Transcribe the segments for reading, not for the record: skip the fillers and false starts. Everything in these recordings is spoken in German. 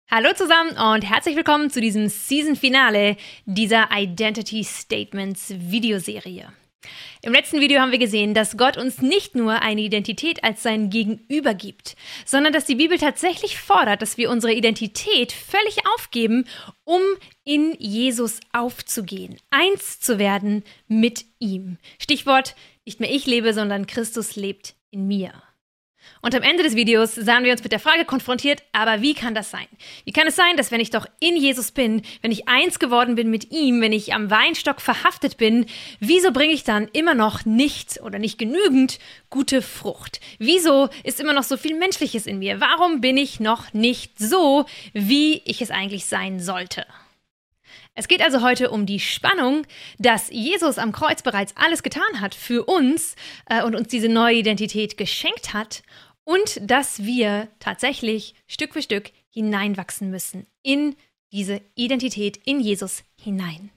Hallo zusammen und herzlich willkommen zu diesem Season-Finale dieser Identity Statements Videoserie. Im letzten Video haben wir gesehen, dass Gott uns nicht nur eine Identität als sein Gegenüber gibt, sondern dass die Bibel tatsächlich fordert, dass wir unsere Identität völlig aufgeben, um in Jesus aufzugehen, eins zu werden mit ihm. Stichwort, nicht mehr ich lebe, sondern Christus lebt in mir. Und am Ende des Videos sahen wir uns mit der Frage konfrontiert, aber wie kann das sein? Wie kann es sein, dass wenn ich doch in Jesus bin, wenn ich eins geworden bin mit ihm, wenn ich am Weinstock verhaftet bin, wieso bringe ich dann immer noch nicht oder nicht genügend gute Frucht? Wieso ist immer noch so viel Menschliches in mir? Warum bin ich noch nicht so, wie ich es eigentlich sein sollte? Es geht also heute um die Spannung, dass Jesus am Kreuz bereits alles getan hat für uns und uns diese neue Identität geschenkt hat und dass wir tatsächlich Stück für Stück hineinwachsen müssen in diese Identität in Jesus hinein.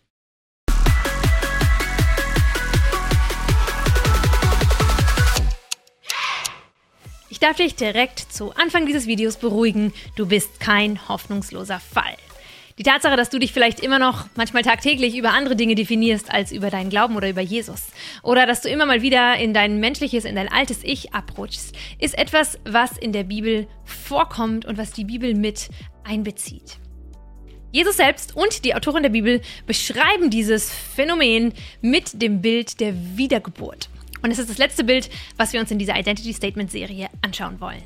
Ich darf dich direkt zu Anfang dieses Videos beruhigen, du bist kein hoffnungsloser Fall. Die Tatsache, dass du dich vielleicht immer noch, manchmal tagtäglich, über andere Dinge definierst als über deinen Glauben oder über Jesus. Oder dass du immer mal wieder in dein menschliches, in dein altes Ich abrutschst, ist etwas, was in der Bibel vorkommt und was die Bibel mit einbezieht. Jesus selbst und die Autoren der Bibel beschreiben dieses Phänomen mit dem Bild der Wiedergeburt. Und es ist das letzte Bild, was wir uns in dieser Identity Statement Serie anschauen wollen.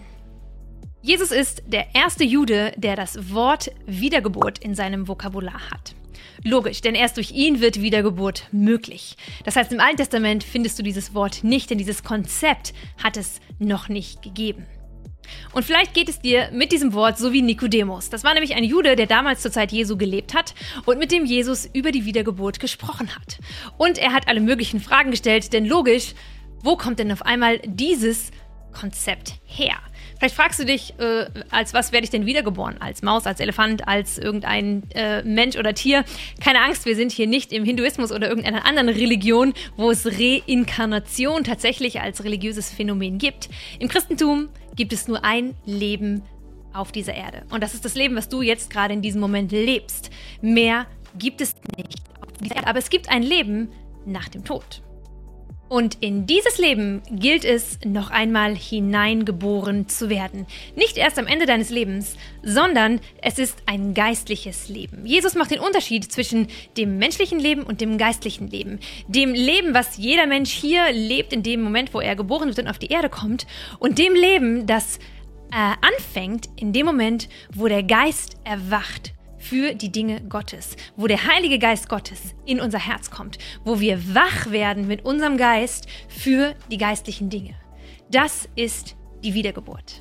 Jesus ist der erste Jude, der das Wort Wiedergeburt in seinem Vokabular hat. Logisch, denn erst durch ihn wird Wiedergeburt möglich. Das heißt, im Alten Testament findest du dieses Wort nicht, denn dieses Konzept hat es noch nicht gegeben. Und vielleicht geht es dir mit diesem Wort so wie Nikodemus. Das war nämlich ein Jude, der damals zur Zeit Jesu gelebt hat und mit dem Jesus über die Wiedergeburt gesprochen hat. Und er hat alle möglichen Fragen gestellt, denn logisch, wo kommt denn auf einmal dieses Konzept her? Vielleicht fragst du dich, als was werde ich denn wiedergeboren? Als Maus, als Elefant, als irgendein Mensch oder Tier? Keine Angst, wir sind hier nicht im Hinduismus oder irgendeiner anderen Religion, wo es Reinkarnation tatsächlich als religiöses Phänomen gibt. Im Christentum gibt es nur ein Leben auf dieser Erde. Und das ist das Leben, was du jetzt gerade in diesem Moment lebst. Mehr gibt es nicht auf dieser Erde, aber es gibt ein Leben nach dem Tod. Und in dieses Leben gilt es, noch einmal hineingeboren zu werden. Nicht erst am Ende deines Lebens, sondern es ist ein geistliches Leben. Jesus macht den Unterschied zwischen dem menschlichen Leben und dem geistlichen Leben. Dem Leben, was jeder Mensch hier lebt in dem Moment, wo er geboren wird und auf die Erde kommt. Und dem Leben, das anfängt in dem Moment, wo der Geist erwacht für die Dinge Gottes, wo der Heilige Geist Gottes in unser Herz kommt, wo wir wach werden mit unserem Geist für die geistlichen Dinge. Das ist die Wiedergeburt.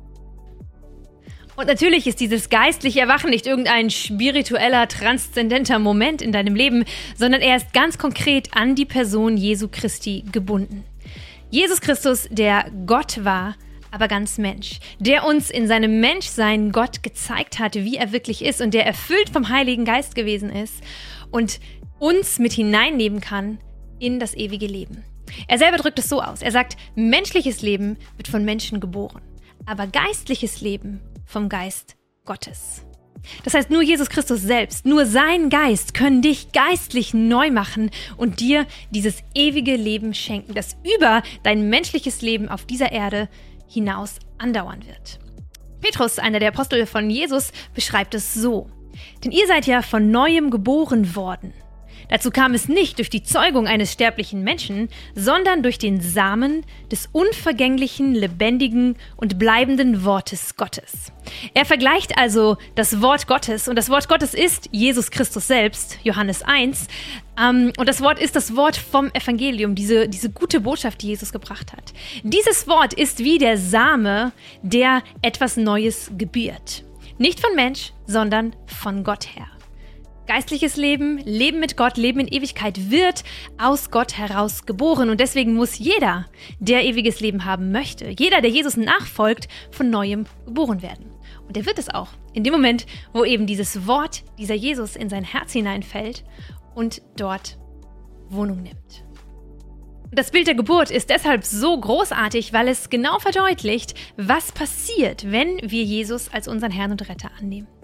Und natürlich ist dieses geistliche Erwachen nicht irgendein spiritueller, transzendenter Moment in deinem Leben, sondern er ist ganz konkret an die Person Jesu Christi gebunden. Jesus Christus, der Gott war, aber ganz Mensch, der uns in seinem Menschsein Gott gezeigt hat, wie er wirklich ist und der erfüllt vom Heiligen Geist gewesen ist und uns mit hineinnehmen kann in das ewige Leben. Er selber drückt es so aus. Er sagt, menschliches Leben wird von Menschen geboren, aber geistliches Leben vom Geist Gottes. Das heißt, nur Jesus Christus selbst, nur sein Geist können dich geistlich neu machen und dir dieses ewige Leben schenken, das über dein menschliches Leben auf dieser Erde hinaus andauern wird. Petrus, einer der Apostel von Jesus, beschreibt es so: Denn ihr seid ja von Neuem geboren worden. Dazu kam es nicht durch die Zeugung eines sterblichen Menschen, sondern durch den Samen des unvergänglichen, lebendigen und bleibenden Wortes Gottes. Er vergleicht also das Wort Gottes, und das Wort Gottes ist Jesus Christus selbst, Johannes 1, und das Wort ist das Wort vom Evangelium, diese gute Botschaft, die Jesus gebracht hat. Dieses Wort ist wie der Same, der etwas Neues gebiert. Nicht von Mensch, sondern von Gott her. Geistliches Leben, Leben mit Gott, Leben in Ewigkeit wird aus Gott heraus geboren. Und deswegen muss jeder, der ewiges Leben haben möchte, jeder, der Jesus nachfolgt, von Neuem geboren werden. Und er wird es auch in dem Moment, wo eben dieses Wort, dieser Jesus in sein Herz hineinfällt und dort Wohnung nimmt. Das Bild der Geburt ist deshalb so großartig, weil es genau verdeutlicht, was passiert, wenn wir Jesus als unseren Herrn und Retter annehmen.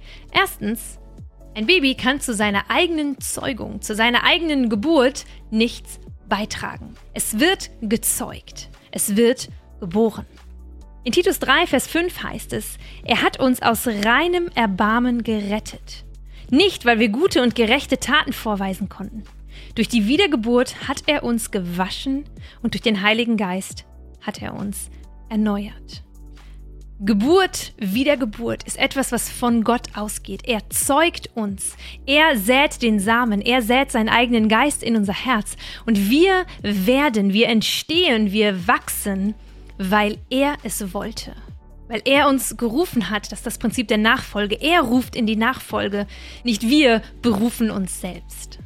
Erstens, ein Baby kann zu seiner eigenen Zeugung, zu seiner eigenen Geburt nichts beitragen. Es wird gezeugt. Es wird geboren. In Titus 3, Vers 5 heißt es, er hat uns aus reinem Erbarmen gerettet. Nicht, weil wir gute und gerechte Taten vorweisen konnten. Durch die Wiedergeburt hat er uns gewaschen und durch den Heiligen Geist hat er uns erneuert. Geburt, Wiedergeburt ist etwas, was von Gott ausgeht. Er zeugt uns. Er sät den Samen. Er sät seinen eigenen Geist in unser Herz. Und wir entstehen, wir wachsen, weil er es wollte. Weil er uns gerufen hat, das ist das Prinzip der Nachfolge. Er ruft in die Nachfolge, nicht wir berufen uns selbst.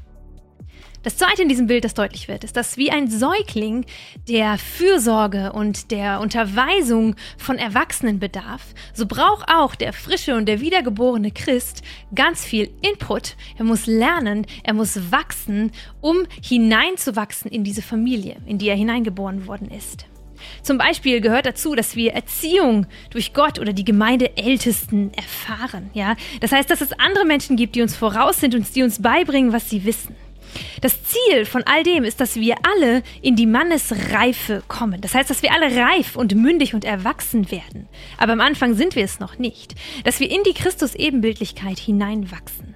Das Zweite in diesem Bild, das deutlich wird, ist, dass wie ein Säugling der Fürsorge und der Unterweisung von Erwachsenen bedarf, so braucht auch der frische und der wiedergeborene Christ ganz viel Input. Er muss lernen, er muss wachsen, um hineinzuwachsen in diese Familie, in die er hineingeboren worden ist. Zum Beispiel gehört dazu, dass wir Erziehung durch Gott oder die Gemeindeältesten erfahren. Ja? Das heißt, dass es andere Menschen gibt, die uns voraus sind und die uns beibringen, was sie wissen. Das Ziel von all dem ist, dass wir alle in die Mannesreife kommen. Das heißt, dass wir alle reif und mündig und erwachsen werden. Aber am Anfang sind wir es noch nicht. Dass wir in die Christus-Ebenbildlichkeit hineinwachsen.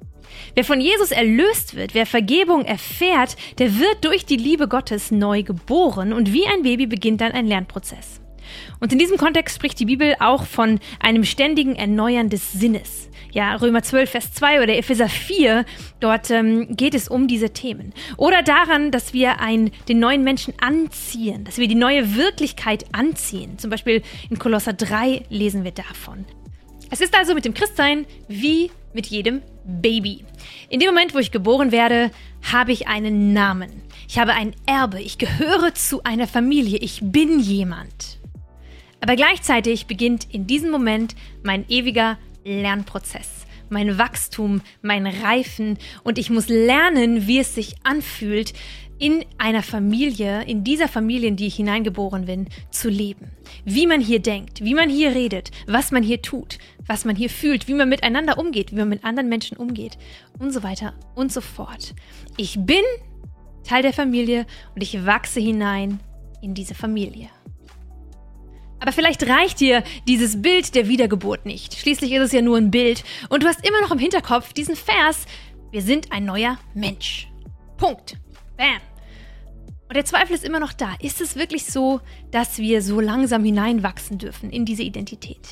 Wer von Jesus erlöst wird, wer Vergebung erfährt, der wird durch die Liebe Gottes neu geboren und wie ein Baby beginnt dann ein Lernprozess. Und in diesem Kontext spricht die Bibel auch von einem ständigen Erneuern des Sinnes. Ja, Römer 12, Vers 2 oder Epheser 4, dort geht es um diese Themen. Oder daran, dass wir den neuen Menschen anziehen, dass wir die neue Wirklichkeit anziehen. Zum Beispiel in Kolosser 3 lesen wir davon. Es ist also mit dem Christsein wie mit jedem Baby. In dem Moment, wo ich geboren werde, habe ich einen Namen. Ich habe ein Erbe. Ich gehöre zu einer Familie. Ich bin jemand. Aber gleichzeitig beginnt in diesem Moment mein ewiger Lernprozess, mein Wachstum, mein Reifen und ich muss lernen, wie es sich anfühlt, in einer Familie, in dieser Familie, in die ich hineingeboren bin, zu leben. Wie man hier denkt, wie man hier redet, was man hier tut, was man hier fühlt, wie man miteinander umgeht, wie man mit anderen Menschen umgeht und so weiter und so fort. Ich bin Teil der Familie und ich wachse hinein in diese Familie. Aber vielleicht reicht dir dieses Bild der Wiedergeburt nicht. Schließlich ist es ja nur ein Bild. Und du hast immer noch im Hinterkopf diesen Vers, wir sind ein neuer Mensch. Punkt. Bam. Und der Zweifel ist immer noch da. Ist es wirklich so, dass wir so langsam hineinwachsen dürfen in diese Identität?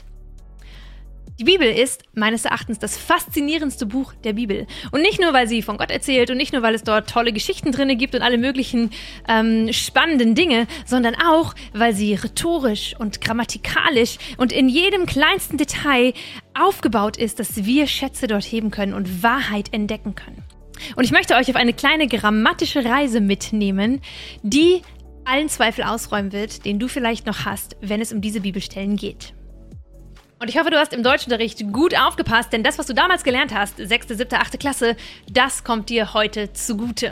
Die Bibel ist meines Erachtens das faszinierendste Buch der Bibel. Und nicht nur, weil sie von Gott erzählt und nicht nur, weil es dort tolle Geschichten drin gibt und alle möglichen spannenden Dinge, sondern auch, weil sie rhetorisch und grammatikalisch und in jedem kleinsten Detail aufgebaut ist, dass wir Schätze dort heben können und Wahrheit entdecken können. Und ich möchte euch auf eine kleine grammatische Reise mitnehmen, die allen Zweifel ausräumen wird, den du vielleicht noch hast, wenn es um diese Bibelstellen geht. Und ich hoffe, du hast im Deutschunterricht gut aufgepasst, denn das, was du damals gelernt hast, 6., 7., 8. Klasse, das kommt dir heute zugute.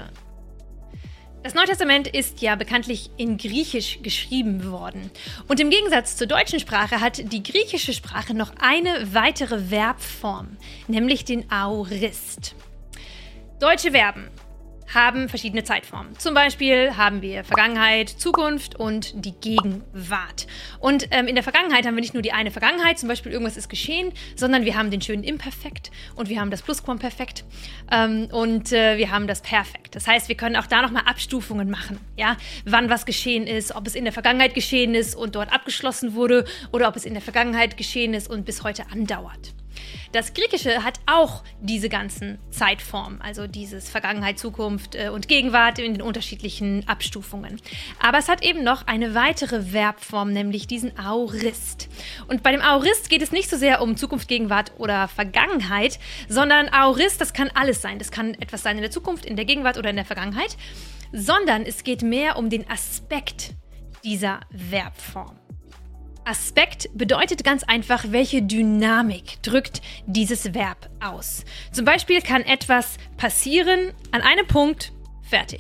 Das Neue Testament ist ja bekanntlich in Griechisch geschrieben worden. Und im Gegensatz zur deutschen Sprache hat die griechische Sprache noch eine weitere Verbform, nämlich den Aorist. Deutsche Verben haben verschiedene Zeitformen. Zum Beispiel haben wir Vergangenheit, Zukunft und die Gegenwart. Und in der Vergangenheit haben wir nicht nur die eine Vergangenheit, zum Beispiel irgendwas ist geschehen, sondern wir haben den schönen Imperfekt und wir haben das Plusquamperfekt und wir haben das Perfekt. Das heißt, wir können auch da nochmal Abstufungen machen, ja? Wann was geschehen ist, ob es in der Vergangenheit geschehen ist und dort abgeschlossen wurde oder ob es in der Vergangenheit geschehen ist und bis heute andauert. Das Griechische hat auch diese ganzen Zeitformen, also dieses Vergangenheit, Zukunft und Gegenwart in den unterschiedlichen Abstufungen. Aber es hat eben noch eine weitere Verbform, nämlich diesen Aorist. Und bei dem Aorist geht es nicht so sehr um Zukunft, Gegenwart oder Vergangenheit, sondern Aorist, das kann alles sein. Das kann etwas sein in der Zukunft, in der Gegenwart oder in der Vergangenheit, sondern es geht mehr um den Aspekt dieser Verbform. Aspekt bedeutet ganz einfach, welche Dynamik drückt dieses Verb aus. Zum Beispiel kann etwas passieren an einem Punkt, fertig.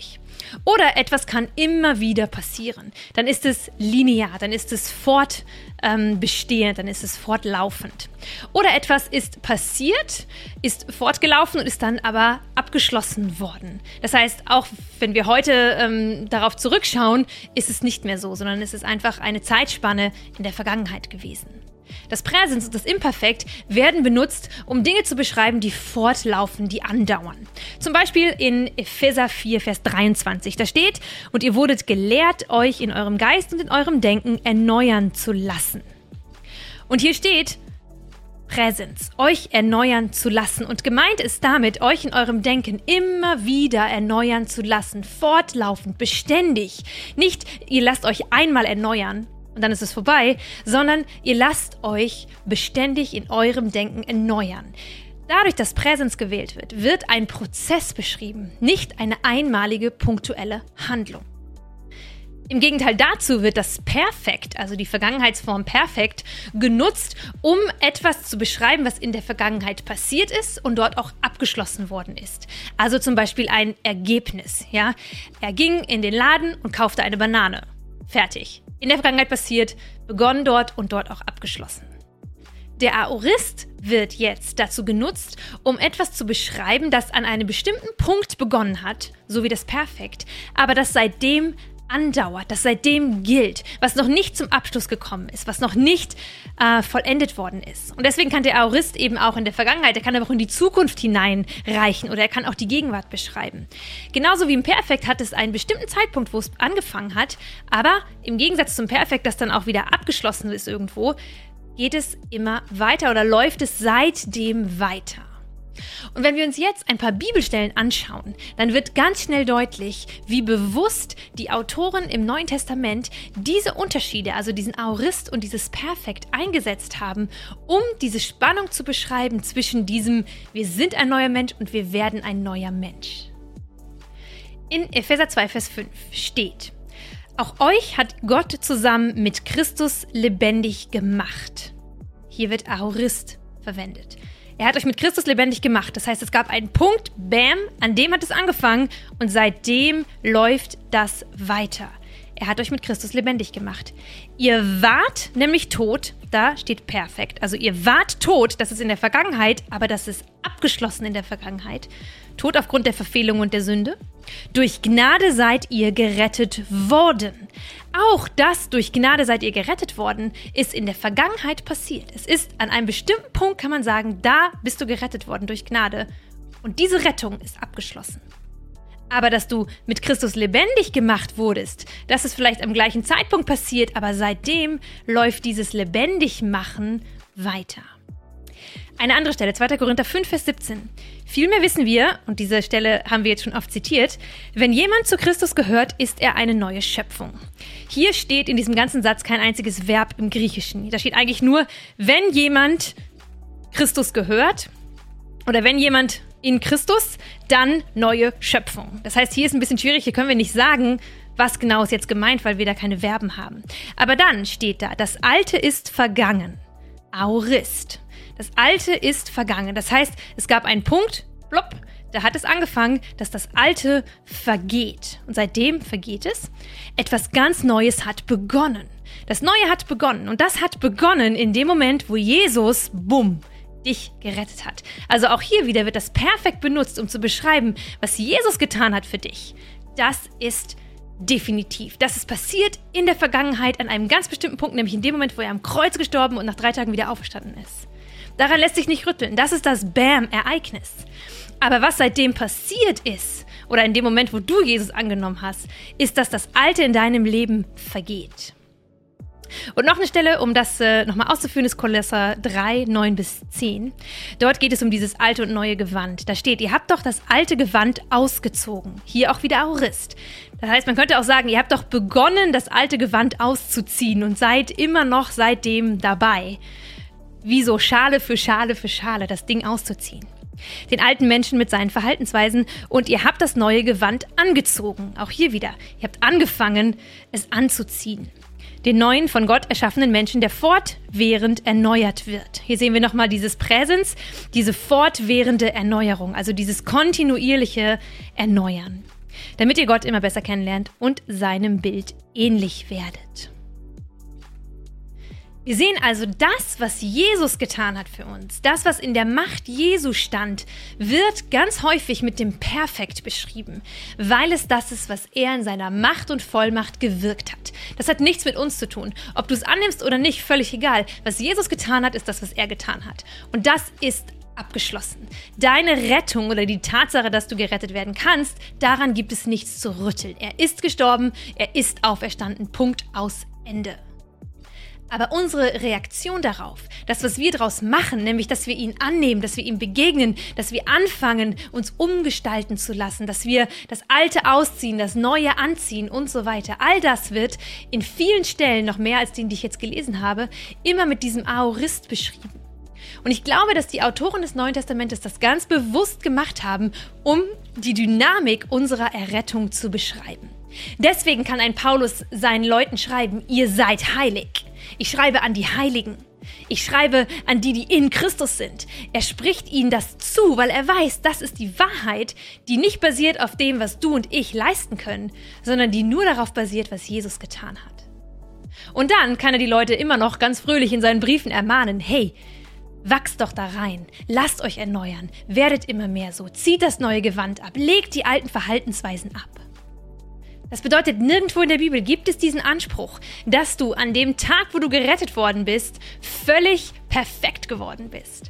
Oder etwas kann immer wieder passieren. Dann ist es linear, dann ist es fortbestehend, dann ist es fortlaufend. Oder etwas ist passiert, ist fortgelaufen und ist dann aber abgeschlossen worden. Das heißt, auch wenn wir heute darauf zurückschauen, ist es nicht mehr so, sondern es ist einfach eine Zeitspanne in der Vergangenheit gewesen. Das Präsens und das Imperfekt werden benutzt, um Dinge zu beschreiben, die fortlaufen, die andauern. Zum Beispiel in Epheser 4, Vers 23. Da steht, und ihr wurdet gelehrt, euch in eurem Geist und in eurem Denken erneuern zu lassen. Und hier steht Präsens, euch erneuern zu lassen. Und gemeint ist damit, euch in eurem Denken immer wieder erneuern zu lassen. Fortlaufend, beständig. Nicht, ihr lasst euch einmal erneuern und dann ist es vorbei, sondern ihr lasst euch beständig in eurem Denken erneuern. Dadurch, dass Präsens gewählt wird, wird ein Prozess beschrieben, nicht eine einmalige, punktuelle Handlung. Im Gegenteil dazu wird das Perfekt, also die Vergangenheitsform Perfekt, genutzt, um etwas zu beschreiben, was in der Vergangenheit passiert ist und dort auch abgeschlossen worden ist. Also zum Beispiel ein Ergebnis. Ja? Er ging in den Laden und kaufte eine Banane. Fertig. In der Vergangenheit passiert, begonnen dort und dort auch abgeschlossen. Der Aorist wird jetzt dazu genutzt, um etwas zu beschreiben, das an einem bestimmten Punkt begonnen hat, so wie das Perfekt, aber das seitdem andauert, das seitdem gilt, was noch nicht zum Abschluss gekommen ist, was noch nicht vollendet worden ist. Und deswegen kann der Aorist eben auch in der Vergangenheit, er kann aber auch in die Zukunft hineinreichen oder er kann auch die Gegenwart beschreiben. Genauso wie im Perfekt hat es einen bestimmten Zeitpunkt, wo es angefangen hat, aber im Gegensatz zum Perfekt, das dann auch wieder abgeschlossen ist irgendwo, geht es immer weiter oder läuft es seitdem weiter. Und wenn wir uns jetzt ein paar Bibelstellen anschauen, dann wird ganz schnell deutlich, wie bewusst die Autoren im Neuen Testament diese Unterschiede, also diesen Aorist und dieses Perfekt eingesetzt haben, um diese Spannung zu beschreiben zwischen diesem wir sind ein neuer Mensch und wir werden ein neuer Mensch. In Epheser 2, Vers 5 steht, auch euch hat Gott zusammen mit Christus lebendig gemacht. Hier wird Aorist verwendet. Er hat euch mit Christus lebendig gemacht. Das heißt, es gab einen Punkt, bam, an dem hat es angefangen und seitdem läuft das weiter. Er hat euch mit Christus lebendig gemacht. Ihr wart nämlich tot, da steht perfekt. Also ihr wart tot, das ist in der Vergangenheit, aber das ist abgeschlossen in der Vergangenheit. Tot aufgrund der Verfehlung und der Sünde. Durch Gnade seid ihr gerettet worden. Auch das, durch Gnade seid ihr gerettet worden, ist in der Vergangenheit passiert. Es ist an einem bestimmten Punkt, kann man sagen, da bist du gerettet worden durch Gnade. Und diese Rettung ist abgeschlossen. Aber dass du mit Christus lebendig gemacht wurdest, das ist vielleicht am gleichen Zeitpunkt passiert, aber seitdem läuft dieses Lebendigmachen weiter. Eine andere Stelle, 2. Korinther 5, Vers 17. Vielmehr wissen wir, und diese Stelle haben wir jetzt schon oft zitiert, wenn jemand zu Christus gehört, ist er eine neue Schöpfung. Hier steht in diesem ganzen Satz kein einziges Verb im Griechischen. Da steht eigentlich nur, wenn jemand Christus gehört oder wenn jemand in Christus, dann neue Schöpfung. Das heißt, hier ist ein bisschen schwierig, hier können wir nicht sagen, was genau ist jetzt gemeint, weil wir da keine Verben haben. Aber dann steht da, das Alte ist vergangen. Aorist. Das Alte ist vergangen. Das heißt, es gab einen Punkt, plopp, da hat es angefangen, dass das Alte vergeht. Und seitdem vergeht es. Etwas ganz Neues hat begonnen. Das Neue hat begonnen. Und das hat begonnen in dem Moment, wo Jesus, bumm, dich gerettet hat. Also auch hier wieder wird das perfekt benutzt, um zu beschreiben, was Jesus getan hat für dich. Das ist definitiv. Das ist passiert in der Vergangenheit an einem ganz bestimmten Punkt, nämlich in dem Moment, wo er am Kreuz gestorben und nach 3 Tagen wieder auferstanden ist. Daran lässt sich nicht rütteln. Das ist das Bam-Ereignis. Aber was seitdem passiert ist, oder in dem Moment, wo du Jesus angenommen hast, ist, dass das Alte in deinem Leben vergeht. Und noch eine Stelle, um das nochmal auszuführen, ist Kolosser 3, 9-10. Dort geht es um dieses alte und neue Gewand. Da steht, ihr habt doch das alte Gewand ausgezogen. Hier auch wieder Aorist. Das heißt, man könnte auch sagen, ihr habt doch begonnen, das alte Gewand auszuziehen und seid immer noch seitdem dabei. Wie so Schale für Schale für Schale, das Ding auszuziehen. Den alten Menschen mit seinen Verhaltensweisen und ihr habt das neue Gewand angezogen. Auch hier wieder. Ihr habt angefangen, es anzuziehen. Den neuen, von Gott erschaffenen Menschen, der fortwährend erneuert wird. Hier sehen wir nochmal dieses Präsens, diese fortwährende Erneuerung, also dieses kontinuierliche Erneuern. damit ihr Gott immer besser kennenlernt und seinem Bild ähnlich werdet. Wir sehen also, das, was Jesus getan hat für uns, das, was in der Macht Jesu stand, wird ganz häufig mit dem Perfekt beschrieben, weil es das ist, was er in seiner Macht und Vollmacht gewirkt hat. Das hat nichts mit uns zu tun. Ob du es annimmst oder nicht, völlig egal. Was Jesus getan hat, ist das, was er getan hat. Und das ist abgeschlossen. Deine Rettung oder die Tatsache, dass du gerettet werden kannst, daran gibt es nichts zu rütteln. Er ist gestorben, er ist auferstanden. Punkt, aus, Ende. Aber unsere Reaktion darauf, das, was wir daraus machen, nämlich, dass wir ihn annehmen, dass wir ihm begegnen, dass wir anfangen, uns umgestalten zu lassen, dass wir das Alte ausziehen, das Neue anziehen und so weiter, all das wird in vielen Stellen, noch mehr als den, die ich jetzt gelesen habe, immer mit diesem Aorist beschrieben. Und ich glaube, dass die Autoren des Neuen Testamentes das ganz bewusst gemacht haben, um die Dynamik unserer Errettung zu beschreiben. Deswegen kann ein Paulus seinen Leuten schreiben, ihr seid heilig. Ich schreibe an die Heiligen. Ich schreibe an die, die in Christus sind. Er spricht ihnen das zu, weil er weiß, das ist die Wahrheit, die nicht basiert auf dem, was du und ich leisten können, sondern die nur darauf basiert, was Jesus getan hat. Und dann kann er die Leute immer noch ganz fröhlich in seinen Briefen ermahnen, hey, wachst doch da rein, lasst euch erneuern, werdet immer mehr so, zieht das neue Gewand ab, legt die alten Verhaltensweisen ab. Das bedeutet, nirgendwo in der Bibel gibt es diesen Anspruch, dass du an dem Tag, wo du gerettet worden bist, völlig perfekt geworden bist.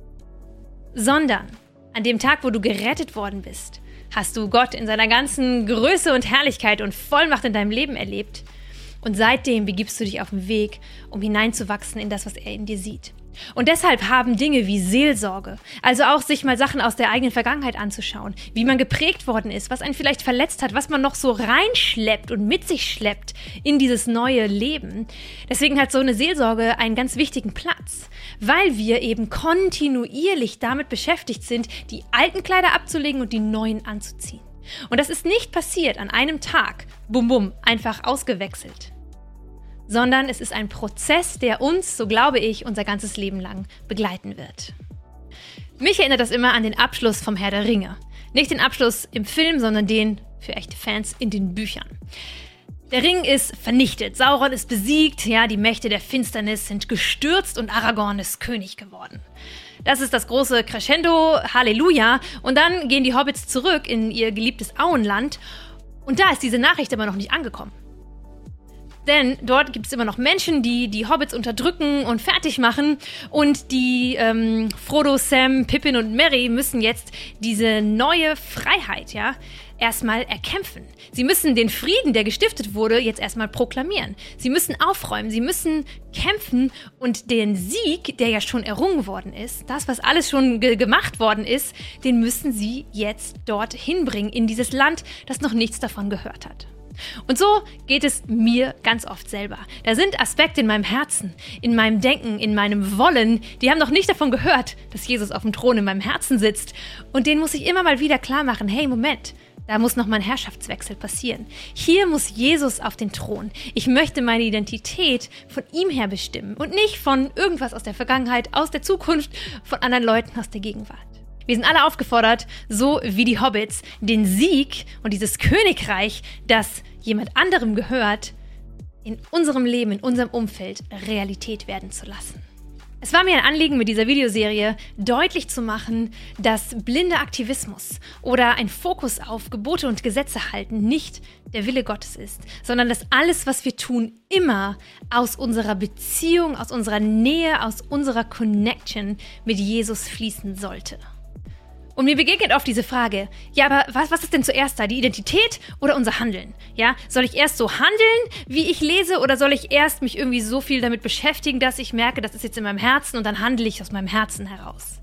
Sondern an dem Tag, wo du gerettet worden bist, hast du Gott in seiner ganzen Größe und Herrlichkeit und Vollmacht in deinem Leben erlebt. Und seitdem begibst du dich auf den Weg, um hineinzuwachsen in das, was er in dir sieht. Und deshalb haben Dinge wie Seelsorge, also auch sich mal Sachen aus der eigenen Vergangenheit anzuschauen, wie man geprägt worden ist, was einen vielleicht verletzt hat, was man noch so reinschleppt und mit sich schleppt in dieses neue Leben. Deswegen hat so eine Seelsorge einen ganz wichtigen Platz, weil wir eben kontinuierlich damit beschäftigt sind, die alten Kleider abzulegen und die neuen anzuziehen. Und das ist nicht passiert an einem Tag, bum bum, einfach ausgewechselt. Sondern es ist ein Prozess, der uns, so glaube ich, unser ganzes Leben lang begleiten wird. Mich erinnert das immer an den Abschluss vom Herr der Ringe. Nicht den Abschluss im Film, sondern den, für echte Fans, in den Büchern. Der Ring ist vernichtet, Sauron ist besiegt, ja, die Mächte der Finsternis sind gestürzt und Aragorn ist König geworden. Das ist das große Crescendo, Halleluja, und dann gehen die Hobbits zurück in ihr geliebtes Auenland und da ist diese Nachricht aber noch nicht angekommen. Denn dort gibt es immer noch Menschen, die die Hobbits unterdrücken und fertig machen. Und die Frodo, Sam, Pippin und Merry müssen jetzt diese neue Freiheit, ja, erstmal erkämpfen. Sie müssen den Frieden, der gestiftet wurde, jetzt erstmal proklamieren. Sie müssen aufräumen, sie müssen kämpfen und den Sieg, der ja schon errungen worden ist, das, was alles schon gemacht worden ist, den müssen sie jetzt dort hinbringen in dieses Land, das noch nichts davon gehört hat. Und so geht es mir ganz oft selber. Da sind Aspekte in meinem Herzen, in meinem Denken, in meinem Wollen, die haben noch nicht davon gehört, dass Jesus auf dem Thron in meinem Herzen sitzt. Und denen muss ich immer mal wieder klar machen, hey, Moment, da muss noch mal ein Herrschaftswechsel passieren. Hier muss Jesus auf den Thron. Ich möchte meine Identität von ihm her bestimmen und nicht von irgendwas aus der Vergangenheit, aus der Zukunft, von anderen Leuten aus der Gegenwart. Wir sind alle aufgefordert, so wie die Hobbits, den Sieg und dieses Königreich, das jemand anderem gehört, in unserem Leben, in unserem Umfeld Realität werden zu lassen. Es war mir ein Anliegen, mit dieser Videoserie deutlich zu machen, dass blinder Aktivismus oder ein Fokus auf Gebote und Gesetze halten nicht der Wille Gottes ist, sondern dass alles, was wir tun, immer aus unserer Beziehung, aus unserer Nähe, aus unserer Connection mit Jesus fließen sollte. Und mir begegnet oft diese Frage, ja, aber was ist denn zuerst da, die Identität oder unser Handeln? Ja, soll ich erst so handeln, wie ich lese, oder soll ich erst mich irgendwie so viel damit beschäftigen, dass ich merke, das ist jetzt in meinem Herzen und dann handle ich aus meinem Herzen heraus?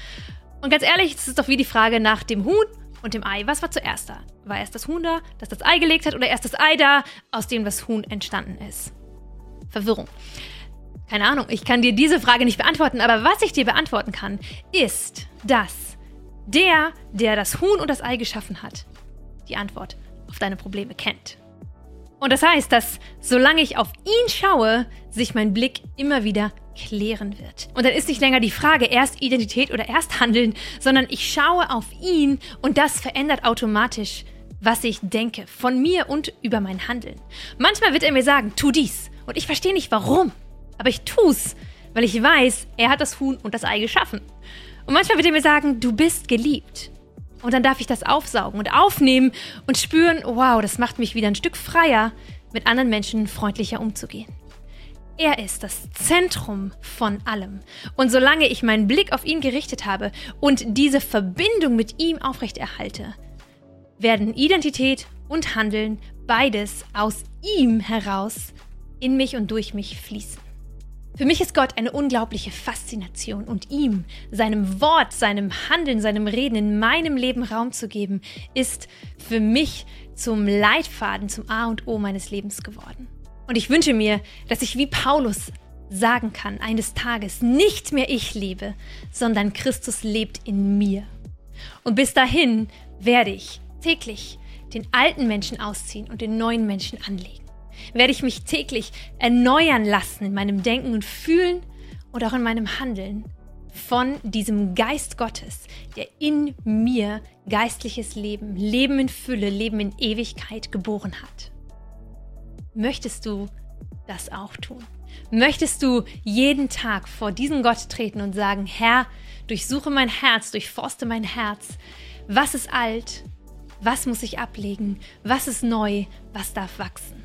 Und ganz ehrlich, das ist doch wie die Frage nach dem Huhn und dem Ei. Was war zuerst da? War erst das Huhn da, das das Ei gelegt hat, oder erst das Ei da, aus dem das Huhn entstanden ist? Verwirrung. Keine Ahnung, ich kann dir diese Frage nicht beantworten, aber was ich dir beantworten kann, ist, dass der das Huhn und das Ei geschaffen hat, die Antwort auf deine Probleme kennt. Und das heißt, dass solange ich auf ihn schaue, sich mein Blick immer wieder klären wird. Und dann ist nicht länger die Frage, erst Identität oder erst Handeln, sondern ich schaue auf ihn und das verändert automatisch, was ich denke, von mir und über mein Handeln. Manchmal wird er mir sagen, tu dies. Und ich verstehe nicht warum. Aber ich tu's, weil ich weiß, er hat das Huhn und das Ei geschaffen. Und manchmal wird er mir sagen, du bist geliebt. Und dann darf ich das aufsaugen und aufnehmen und spüren, wow, das macht mich wieder ein Stück freier, mit anderen Menschen freundlicher umzugehen. Er ist das Zentrum von allem. Und solange ich meinen Blick auf ihn gerichtet habe und diese Verbindung mit ihm aufrechterhalte, werden Identität und Handeln beides aus ihm heraus in mich und durch mich fließen. Für mich ist Gott eine unglaubliche Faszination und ihm, seinem Wort, seinem Handeln, seinem Reden in meinem Leben Raum zu geben, ist für mich zum Leitfaden, zum A und O meines Lebens geworden. Und ich wünsche mir, dass ich wie Paulus sagen kann, eines Tages nicht mehr ich lebe, sondern Christus lebt in mir. Und bis dahin werde ich täglich den alten Menschen ausziehen und den neuen Menschen anlegen. Werde ich mich täglich erneuern lassen in meinem Denken und Fühlen und auch in meinem Handeln von diesem Geist Gottes, der in mir geistliches Leben, Leben in Fülle, Leben in Ewigkeit geboren hat. Möchtest du das auch tun? Möchtest du jeden Tag vor diesen Gott treten und sagen, Herr, durchsuche mein Herz, durchforste mein Herz. Was ist alt? Was muss ich ablegen? Was ist neu? Was darf wachsen?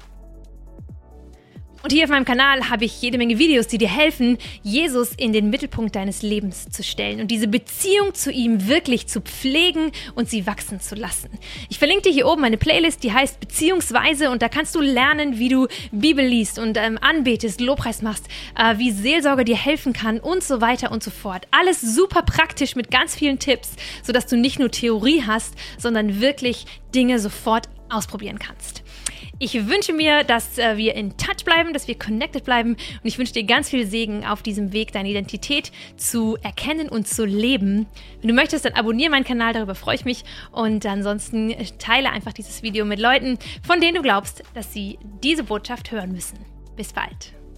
Und hier auf meinem Kanal habe ich jede Menge Videos, die dir helfen, Jesus in den Mittelpunkt deines Lebens zu stellen und diese Beziehung zu ihm wirklich zu pflegen und sie wachsen zu lassen. Ich verlinke dir hier oben eine Playlist, die heißt Beziehungsweise und da kannst du lernen, wie du Bibel liest und anbetest, Lobpreis machst, wie Seelsorge dir helfen kann und so weiter und so fort. Alles super praktisch mit ganz vielen Tipps, sodass du nicht nur Theorie hast, sondern wirklich Dinge sofort ausprobieren kannst. Ich wünsche mir, dass wir in Touch bleiben, dass wir connected bleiben und ich wünsche dir ganz viel Segen auf diesem Weg, deine Identität zu erkennen und zu leben. Wenn du möchtest, dann abonniere meinen Kanal, darüber freue ich mich und ansonsten teile einfach dieses Video mit Leuten, von denen du glaubst, dass sie diese Botschaft hören müssen. Bis bald.